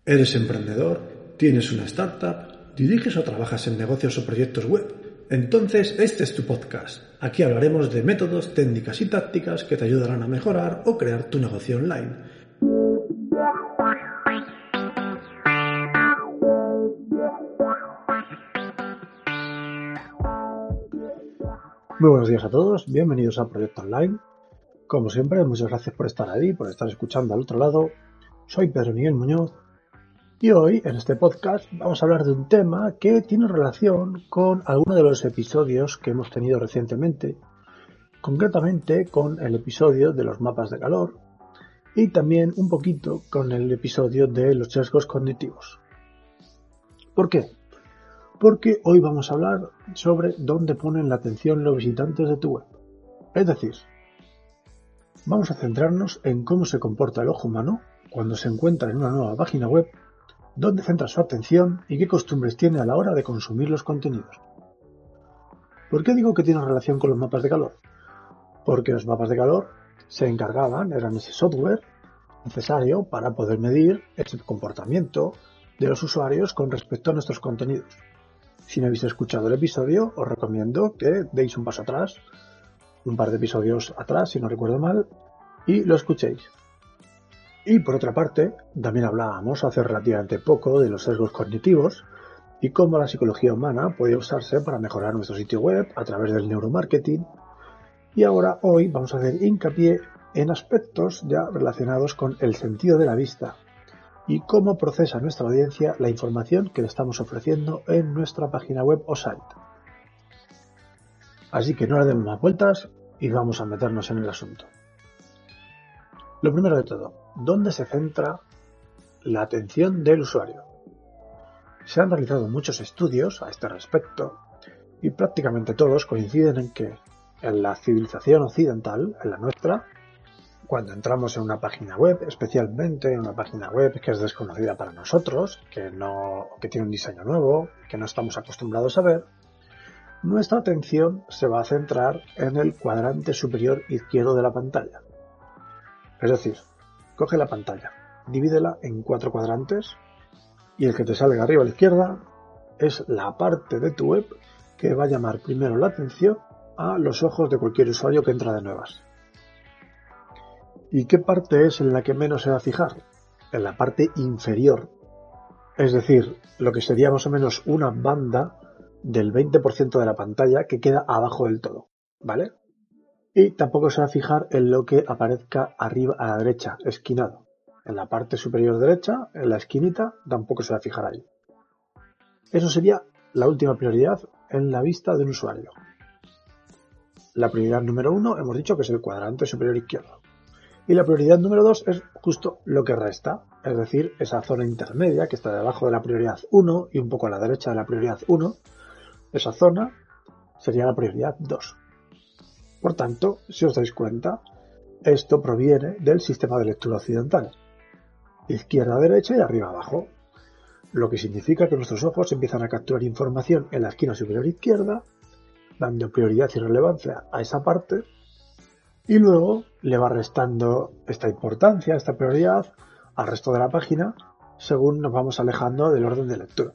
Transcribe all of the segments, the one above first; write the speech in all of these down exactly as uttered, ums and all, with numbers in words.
¿Eres emprendedor? ¿Tienes una startup? ¿Diriges o trabajas en negocios o proyectos web? Entonces este es tu podcast. Aquí hablaremos de métodos, técnicas y tácticas que te ayudarán a mejorar o crear tu negocio online. Muy buenos días a todos, bienvenidos a Proyecto Online. Como siempre, muchas gracias por estar ahí, por estar escuchando al otro lado. Soy Pedro Miguel Muñoz y hoy en este podcast vamos a hablar de un tema que tiene relación con alguno de los episodios que hemos tenido recientemente, concretamente con el episodio de los mapas de calor y también un poquito con el episodio de los sesgos cognitivos. ¿Por qué? Porque hoy vamos a hablar sobre dónde ponen la atención los visitantes de tu web. Es decir, vamos a centrarnos en cómo se comporta el ojo humano cuando se encuentra en una nueva página web, dónde centra su atención y qué costumbres tiene a la hora de consumir los contenidos. ¿Por qué digo que tiene relación con los mapas de calor? Porque los mapas de calor se encargaban, eran ese software necesario para poder medir el comportamiento de los usuarios con respecto a nuestros contenidos. Si no habéis escuchado el episodio, os recomiendo que deis un paso atrás, un par de episodios atrás, si no recuerdo mal, y lo escuchéis. Y por otra parte, también hablábamos hace relativamente poco de los sesgos cognitivos y cómo la psicología humana puede usarse para mejorar nuestro sitio web a través del neuromarketing. Y ahora, hoy, vamos a hacer hincapié en aspectos ya relacionados con el sentido de la vista y cómo procesa nuestra audiencia la información que le estamos ofreciendo en nuestra página web o site. Así que no le demos más vueltas y vamos a meternos en el asunto. Lo primero de todo, ¿dónde se centra la atención del usuario? Se han realizado muchos estudios a este respecto y prácticamente todos coinciden en que en la civilización occidental, en la nuestra, cuando entramos en una página web, especialmente en una página web que es desconocida para nosotros, que no, que tiene un diseño nuevo, que no estamos acostumbrados a ver, nuestra atención se va a centrar en el cuadrante superior izquierdo de la pantalla. Es decir, coge la pantalla, divídela en cuatro cuadrantes y el que te salga arriba a la izquierda es la parte de tu web que va a llamar primero la atención a los ojos de cualquier usuario que entra de nuevas. ¿Y qué parte es en la que menos se va a fijar? En la parte inferior. Es decir, lo que sería más o menos una banda del veinte por ciento de la pantalla que queda abajo del todo, ¿vale? Y tampoco se va a fijar en lo que aparezca arriba a la derecha, esquinado. En la parte superior derecha, en la esquinita, tampoco se va a fijar ahí. Eso sería la última prioridad en la vista de un usuario. La prioridad número uno hemos dicho que es el cuadrante superior izquierdo. Y la prioridad número dos es justo lo que resta, es decir, esa zona intermedia que está debajo de la prioridad uno y un poco a la derecha de la prioridad uno. Esa zona sería la prioridad dos. Por tanto, si os dais cuenta, esto proviene del sistema de lectura occidental. Izquierda a derecha y arriba a abajo. Lo que significa que nuestros ojos empiezan a capturar información en la esquina superior izquierda, dando prioridad y relevancia a esa parte, y luego le va restando esta importancia, esta prioridad, al resto de la página, según nos vamos alejando del orden de lectura.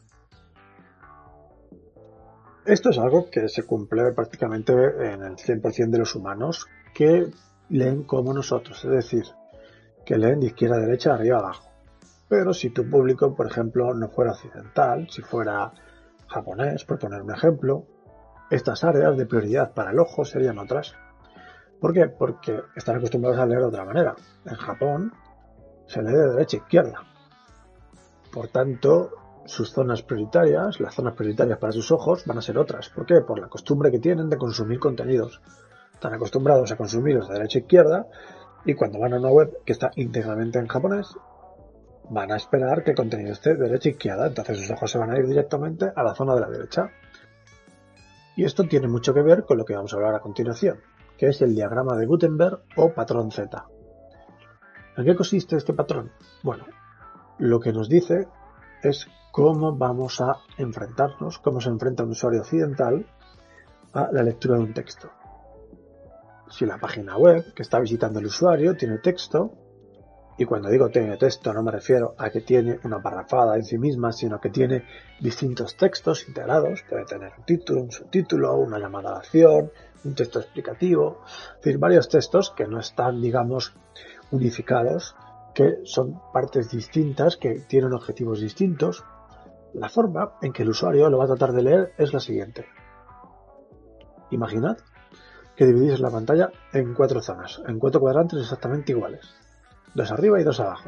Esto es algo que se cumple prácticamente en el cien por ciento de los humanos que leen como nosotros, es decir, que leen de izquierda a derecha, arriba a abajo. Pero si tu público, por ejemplo, no fuera occidental, si fuera japonés, por poner un ejemplo, estas áreas de prioridad para el ojo serían otras. ¿Por qué? Porque están acostumbrados a leer de otra manera. En Japón se lee de derecha a izquierda. Por tanto, sus zonas prioritarias, las zonas prioritarias para sus ojos van a ser otras. ¿Por qué? Por la costumbre que tienen de consumir contenidos. Están acostumbrados a consumirlos de derecha a izquierda y cuando van a una web que está íntegramente en japonés, van a esperar que el contenido esté de derecha a izquierda. Entonces sus ojos se van a ir directamente a la zona de la derecha. Y esto tiene mucho que ver con lo que vamos a hablar a continuación, que es el diagrama de Gutenberg o patrón Z. ¿En qué consiste este patrón? Bueno, lo que nos dice es cómo vamos a enfrentarnos, cómo se enfrenta un usuario occidental a la lectura de un texto. Si la página web que está visitando el usuario tiene texto, Y cuando digo tiene texto no me refiero a que tiene una parrafada en sí misma, sino que tiene distintos textos integrados. Puede tener un título, un subtítulo, una llamada a la acción, un texto explicativo, es decir, varios textos que no están, digamos, unificados, que son partes distintas, que tienen objetivos distintos. La forma en que el usuario lo va a tratar de leer es la siguiente. Imaginad que dividís la pantalla en cuatro zonas, en cuatro cuadrantes exactamente iguales. Dos arriba y dos abajo.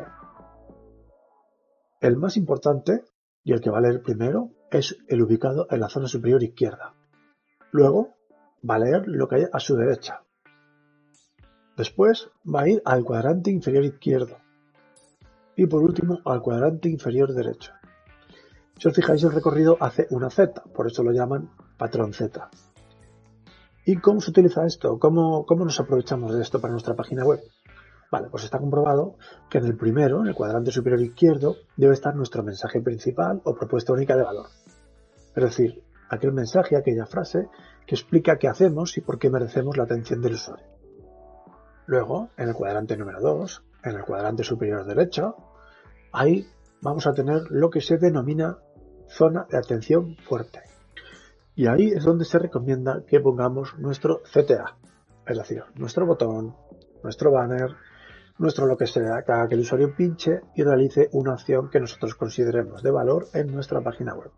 El más importante, y el que va a leer primero, es el ubicado en la zona superior izquierda. Luego va a leer lo que hay a su derecha. Después va a ir al cuadrante inferior izquierdo. Y por último al cuadrante inferior derecho. Si os fijáis, el recorrido hace una Z, por eso lo llaman patrón Z. ¿Y cómo se utiliza esto? ¿Cómo, cómo nos aprovechamos de esto para nuestra página web? Vale, pues está comprobado que en el primero, en el cuadrante superior izquierdo, debe estar nuestro mensaje principal o propuesta única de valor. Es decir, aquel mensaje, aquella frase que explica qué hacemos y por qué merecemos la atención del usuario. Luego, en el cuadrante número dos, en el cuadrante superior derecho, ahí vamos a tener lo que se denomina zona de atención fuerte. Y ahí es donde se recomienda que pongamos nuestro C T A, es decir, nuestro botón, nuestro banner, nuestro lo que sea, que haga que el usuario pinche y realice una acción que nosotros consideremos de valor en nuestra página web.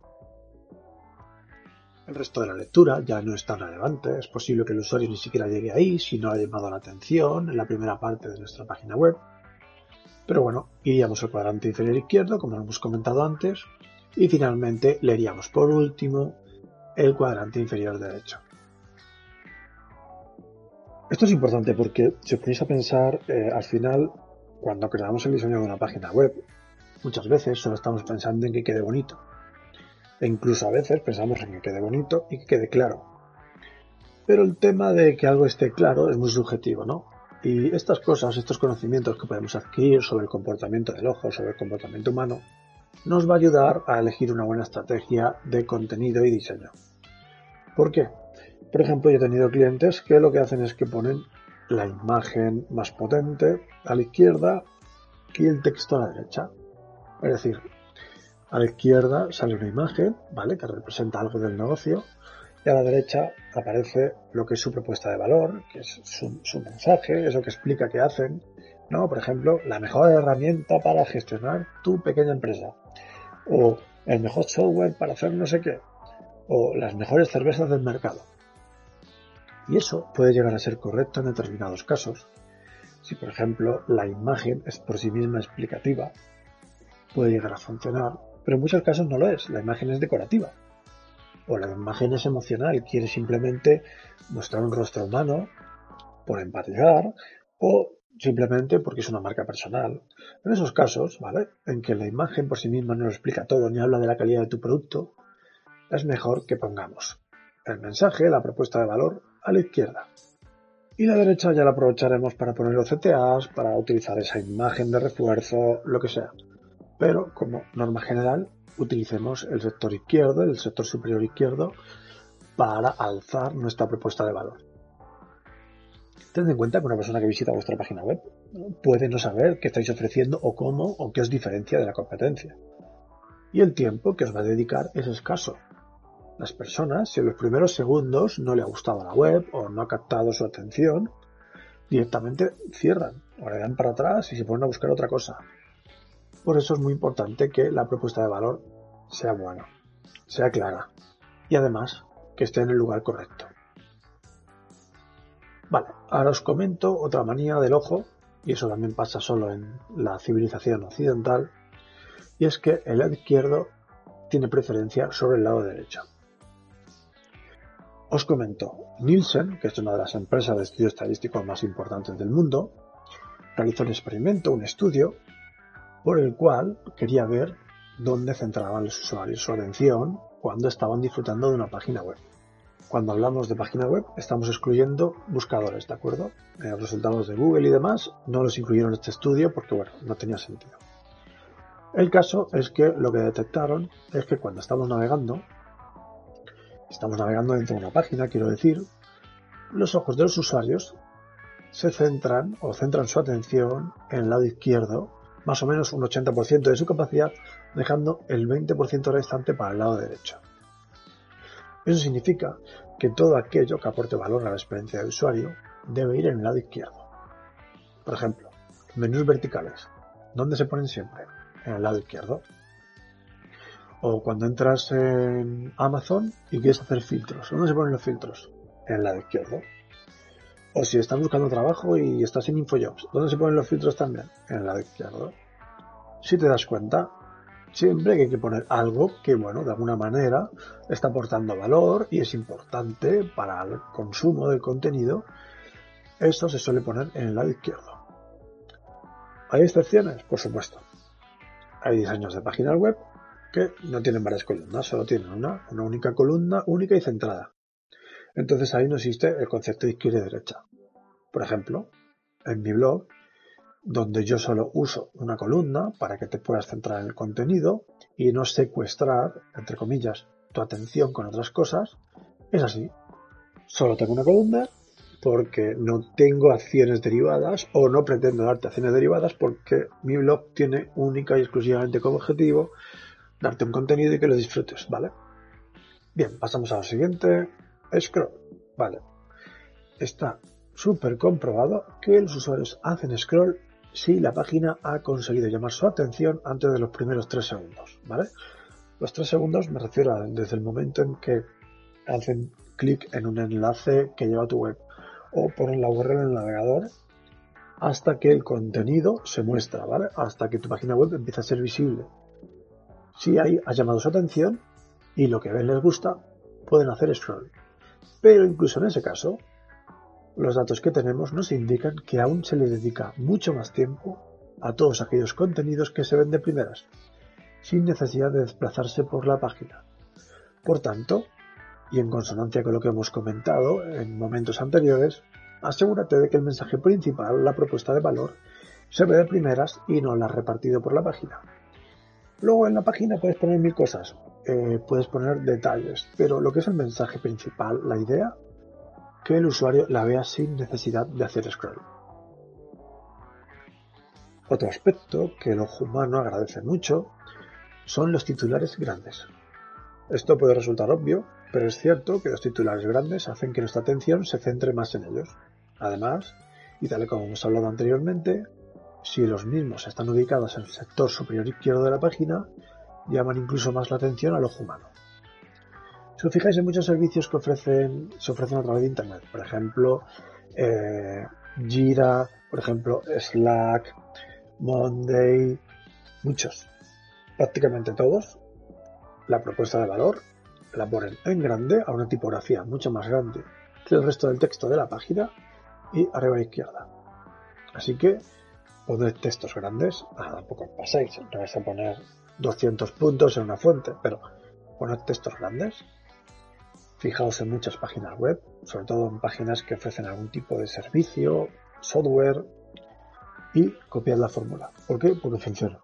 El resto de la lectura ya no es tan relevante, es posible que el usuario ni siquiera llegue ahí si no ha llamado la atención en la primera parte de nuestra página web. Pero bueno, iríamos al cuadrante inferior izquierdo, como lo hemos comentado antes, y finalmente leeríamos por último el cuadrante inferior derecho. Esto es importante porque si os ponéis a pensar, eh, al final, cuando creamos el diseño de una página web, muchas veces solo estamos pensando en que quede bonito. E incluso a veces pensamos en que quede bonito y que quede claro. Pero el tema de que algo esté claro es muy subjetivo, ¿no? Y estas cosas, estos conocimientos que podemos adquirir sobre el comportamiento del ojo, sobre el comportamiento humano, nos va a ayudar a elegir una buena estrategia de contenido y diseño. ¿Por qué? Por ejemplo, yo he tenido clientes que lo que hacen es que ponen la imagen más potente a la izquierda y el texto a la derecha. Es decir, a la izquierda sale una imagen, ¿vale?, que representa algo del negocio, y a la derecha aparece lo que es su propuesta de valor, que es su, su mensaje, eso que explica qué hacen, ¿no? Por ejemplo, la mejor herramienta para gestionar tu pequeña empresa, o el mejor software para hacer no sé qué, o las mejores cervezas del mercado. Y eso puede llegar a ser correcto en determinados casos. Si, por ejemplo, la imagen es por sí misma explicativa, puede llegar a funcionar, pero en muchos casos no lo es. La imagen es decorativa. O la imagen es emocional, quiere simplemente mostrar un rostro humano por empatizar, o simplemente porque es una marca personal. En esos casos, ¿vale?, en que la imagen por sí misma no lo explica todo ni habla de la calidad de tu producto, es mejor que pongamos el mensaje, la propuesta de valor, a la izquierda. Y la derecha ya la aprovecharemos para poner los C T As, para utilizar esa imagen de refuerzo, lo que sea. Pero, como norma general, utilicemos el sector izquierdo, el sector superior izquierdo, para alzar nuestra propuesta de valor. Tened en cuenta que una persona que visita vuestra página web puede no saber qué estáis ofreciendo o cómo o qué os diferencia de la competencia. Y el tiempo que os va a dedicar es escaso. Las personas, si en los primeros segundos no le ha gustado la web o no ha captado su atención, directamente cierran o le dan para atrás y se ponen a buscar otra cosa. Por eso es muy importante que la propuesta de valor sea buena, sea clara y además que esté en el lugar correcto. Vale, ahora os comento otra manía del ojo, y eso también pasa solo en la civilización occidental, y es que el lado izquierdo tiene preferencia sobre el lado derecho. Os comento, Nielsen, que es una de las empresas de estudios estadísticos más importantes del mundo, realizó un experimento, un estudio, por el cual quería ver dónde centraban los usuarios su atención cuando estaban disfrutando de una página web. Cuando hablamos de página web, estamos excluyendo buscadores, ¿de acuerdo? Eh, los resultados de Google y demás no los incluyeron en este estudio porque, bueno, no tenía sentido. El caso es que lo que detectaron es que cuando estamos navegando, estamos navegando dentro de una página, quiero decir, los ojos de los usuarios se centran o centran su atención en el lado izquierdo, más o menos un ochenta por ciento de su capacidad, dejando el veinte por ciento restante para el lado derecho. Eso significa que todo aquello que aporte valor a la experiencia del usuario debe ir en el lado izquierdo. Por ejemplo, menús verticales. ¿Dónde se ponen siempre? En el lado izquierdo. O cuando entras en Amazon y quieres hacer filtros. ¿Dónde se ponen los filtros? En el lado izquierdo. O si estás buscando trabajo y estás en InfoJobs, ¿dónde se ponen los filtros también? En el lado izquierdo. Si te das cuenta, siempre que hay que poner algo que, bueno, de alguna manera está aportando valor y es importante para el consumo del contenido, esto se suele poner en el lado izquierdo. ¿Hay excepciones? Por supuesto. Hay diseños de páginas web que no tienen varias columnas, solo tienen una, una única columna, única y centrada. Entonces ahí no existe el concepto de izquierda y derecha. Por ejemplo, en mi blog, donde yo solo uso una columna para que te puedas centrar en el contenido y no secuestrar, entre comillas, tu atención con otras cosas, es así. Solo tengo una columna porque no tengo acciones derivadas o no pretendo darte acciones derivadas porque mi blog tiene única y exclusivamente como objetivo darte un contenido y que lo disfrutes, ¿vale? Bien, pasamos a lo siguiente. Scroll, ¿vale? Está súper comprobado que los usuarios hacen scroll si la página ha conseguido llamar su atención antes de los primeros tres segundos, ¿vale? Los tres segundos me refiero a desde el momento en que hacen clic en un enlace que lleva a tu web o ponen la U R L en el navegador hasta que el contenido se muestra, ¿vale? Hasta que tu página web empieza a ser visible. Si ahí has llamado su atención y lo que ven les gusta, pueden hacer scroll. Pero incluso en ese caso, los datos que tenemos nos indican que aún se le dedica mucho más tiempo a todos aquellos contenidos que se ven de primeras, sin necesidad de desplazarse por la página. Por tanto, y en consonancia con lo que hemos comentado en momentos anteriores, asegúrate de que el mensaje principal, la propuesta de valor, se ve de primeras y no la repartido por la página. Luego en la página puedes poner mil cosas, eh, puedes poner detalles, pero lo que es el mensaje principal, la idea, que el usuario la vea sin necesidad de hacer scroll. Otro aspecto que el ojo humano agradece mucho son los titulares grandes. Esto puede resultar obvio, pero es cierto que los titulares grandes hacen que nuestra atención se centre más en ellos. Además, y tal y como hemos hablado anteriormente, si los mismos están ubicados en el sector superior izquierdo de la página, llaman incluso más la atención al ojo humano. Si os fijáis en muchos servicios que ofrecen, se ofrecen a través de Internet, por ejemplo, eh, Jira, por ejemplo, Slack, Monday, muchos, prácticamente todos, la propuesta de valor la ponen en grande a una tipografía mucho más grande que el resto del texto de la página y arriba a la izquierda. Así que poned textos grandes, ah, tampoco os paséis, no vais a poner doscientos puntos en una fuente, pero poned textos grandes. Fijaos en muchas páginas web, sobre todo en páginas que ofrecen algún tipo de servicio, software, y copiad la fórmula. ¿Por qué? Porque funciona.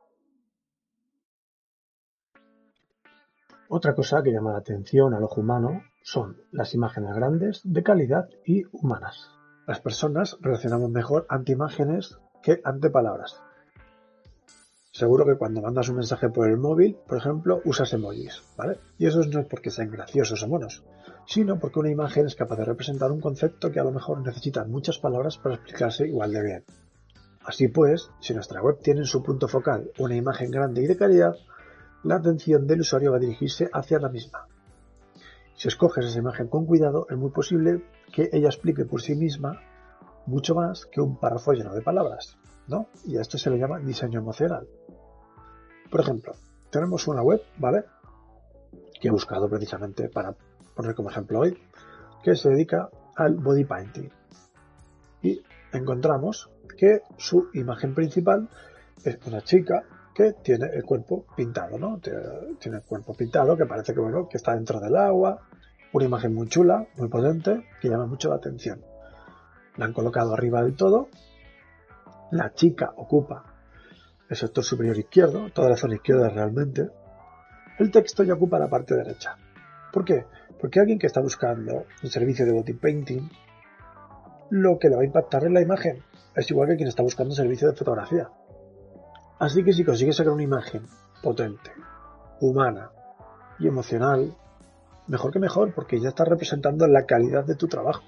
Otra cosa que llama la atención al ojo humano son las imágenes grandes, de calidad y humanas. Las personas relacionamos mejor ante imágenes que ante palabras. Seguro que cuando mandas un mensaje por el móvil, por ejemplo, usas emojis, ¿vale? Y eso no es porque sean graciosos o monos, sino porque una imagen es capaz de representar un concepto que a lo mejor necesita muchas palabras para explicarse igual de bien. Así pues, si nuestra web tiene en su punto focal una imagen grande y de calidad, la atención del usuario va a dirigirse hacia la misma. Si escoges esa imagen con cuidado, es muy posible que ella explique por sí misma mucho más que un párrafo lleno de palabras, ¿no? Y a esto se le llama diseño emocional. Por ejemplo, tenemos una web, ¿vale?, que he buscado precisamente para poner como ejemplo hoy, que se dedica al body painting. Y encontramos que su imagen principal es una chica que tiene el cuerpo pintado, ¿no? Tiene el cuerpo pintado que parece que, bueno, que está dentro del agua, una imagen muy chula, muy potente, que llama mucho la atención. La han colocado arriba del todo, la chica ocupa el sector superior izquierdo, toda la zona izquierda realmente, el texto ya ocupa la parte derecha. ¿Por qué? Porque alguien que está buscando un servicio de body painting lo que le va a impactar en la imagen. Es igual que quien está buscando un servicio de fotografía. Así que si consigues sacar una imagen potente, humana y emocional, mejor que mejor, porque ya estás representando la calidad de tu trabajo.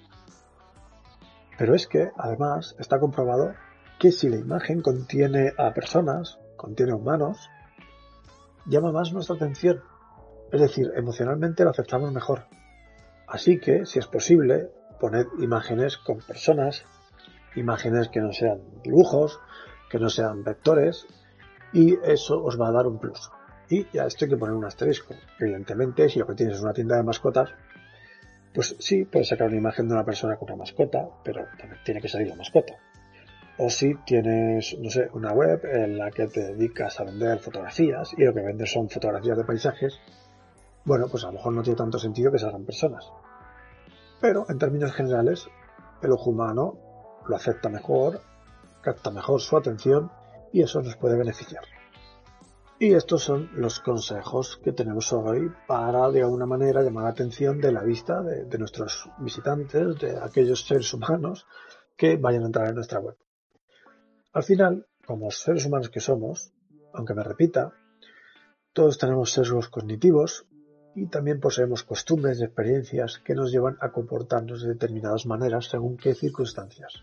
Pero es que, además, está comprobado que si la imagen contiene a personas, contiene humanos, llama más nuestra atención. Es decir, emocionalmente la aceptamos mejor. Así que, si es posible, poned imágenes con personas, imágenes que no sean dibujos, que no sean vectores, y eso os va a dar un plus. Y ya esto hay que poner un asterisco. Evidentemente, si lo que tienes es una tienda de mascotas, pues sí, puedes sacar una imagen de una persona con una mascota, pero también tiene que salir la mascota. O si tienes, no sé, una web en la que te dedicas a vender fotografías y lo que vendes son fotografías de paisajes, bueno, pues a lo mejor no tiene tanto sentido que salgan personas. Pero en términos generales, el ojo humano lo acepta mejor, capta mejor su atención y eso nos puede beneficiar. Y estos son los consejos que tenemos hoy para, de alguna manera, llamar la atención de la vista de, de nuestros visitantes, de aquellos seres humanos que vayan a entrar en nuestra web. Al final, como seres humanos que somos, aunque me repita, todos tenemos sesgos cognitivos y también poseemos costumbres y experiencias que nos llevan a comportarnos de determinadas maneras según qué circunstancias.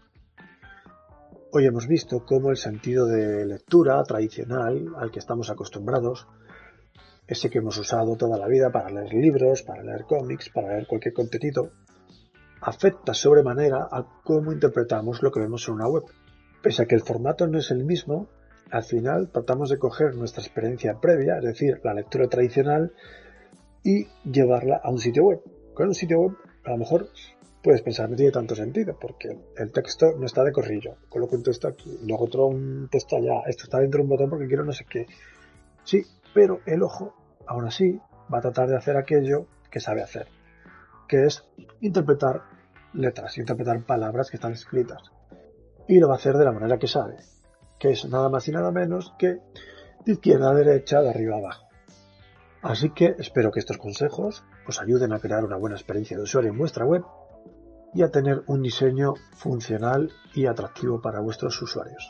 Hoy hemos visto cómo el sentido de lectura tradicional al que estamos acostumbrados, ese que hemos usado toda la vida para leer libros, para leer cómics, para leer cualquier contenido, afecta sobremanera a cómo interpretamos lo que vemos en una web. Pese a que el formato no es el mismo, al final tratamos de coger nuestra experiencia previa, es decir, la lectura tradicional, y llevarla a un sitio web. Con un sitio web, a lo mejor puedes pensar, no tiene tanto sentido, porque el texto no está de corrillo. Coloco un texto aquí, luego otro un texto allá, esto está dentro de un botón porque quiero no sé qué. Sí, pero el ojo, aún así, va a tratar de hacer aquello que sabe hacer, que es interpretar letras, interpretar palabras que están escritas. Y lo va a hacer de la manera que sabe, que es nada más y nada menos que de izquierda a derecha, de arriba a abajo. Así que espero que estos consejos os ayuden a crear una buena experiencia de usuario en vuestra web y a tener un diseño funcional y atractivo para vuestros usuarios.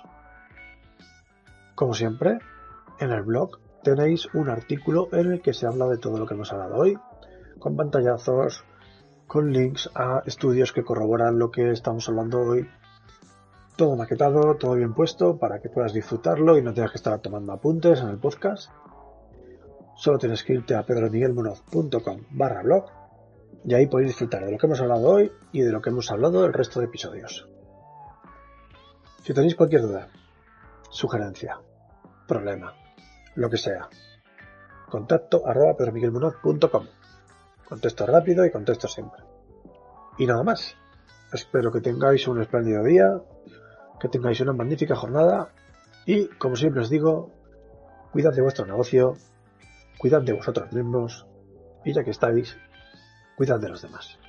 Como siempre, en el blog tenéis un artículo en el que se habla de todo lo que hemos hablado hoy, con pantallazos, con links a estudios que corroboran lo que estamos hablando hoy. Todo maquetado, todo bien puesto para que puedas disfrutarlo y no tengas que estar tomando apuntes en el podcast. Solo tienes que irte a pedromiguelmunoz.com barra blog y ahí podéis disfrutar de lo que hemos hablado hoy y de lo que hemos hablado el resto de episodios. Si tenéis cualquier duda, sugerencia, problema, lo que sea, contacto arroba pedromiguelmunoz punto com. Contesto rápido y contesto siempre. Y nada más. Espero que tengáis un espléndido día, que tengáis una magnífica jornada y, como siempre os digo, cuidad de vuestro negocio, cuidad de vosotros mismos y ya que estáis, cuidad de los demás.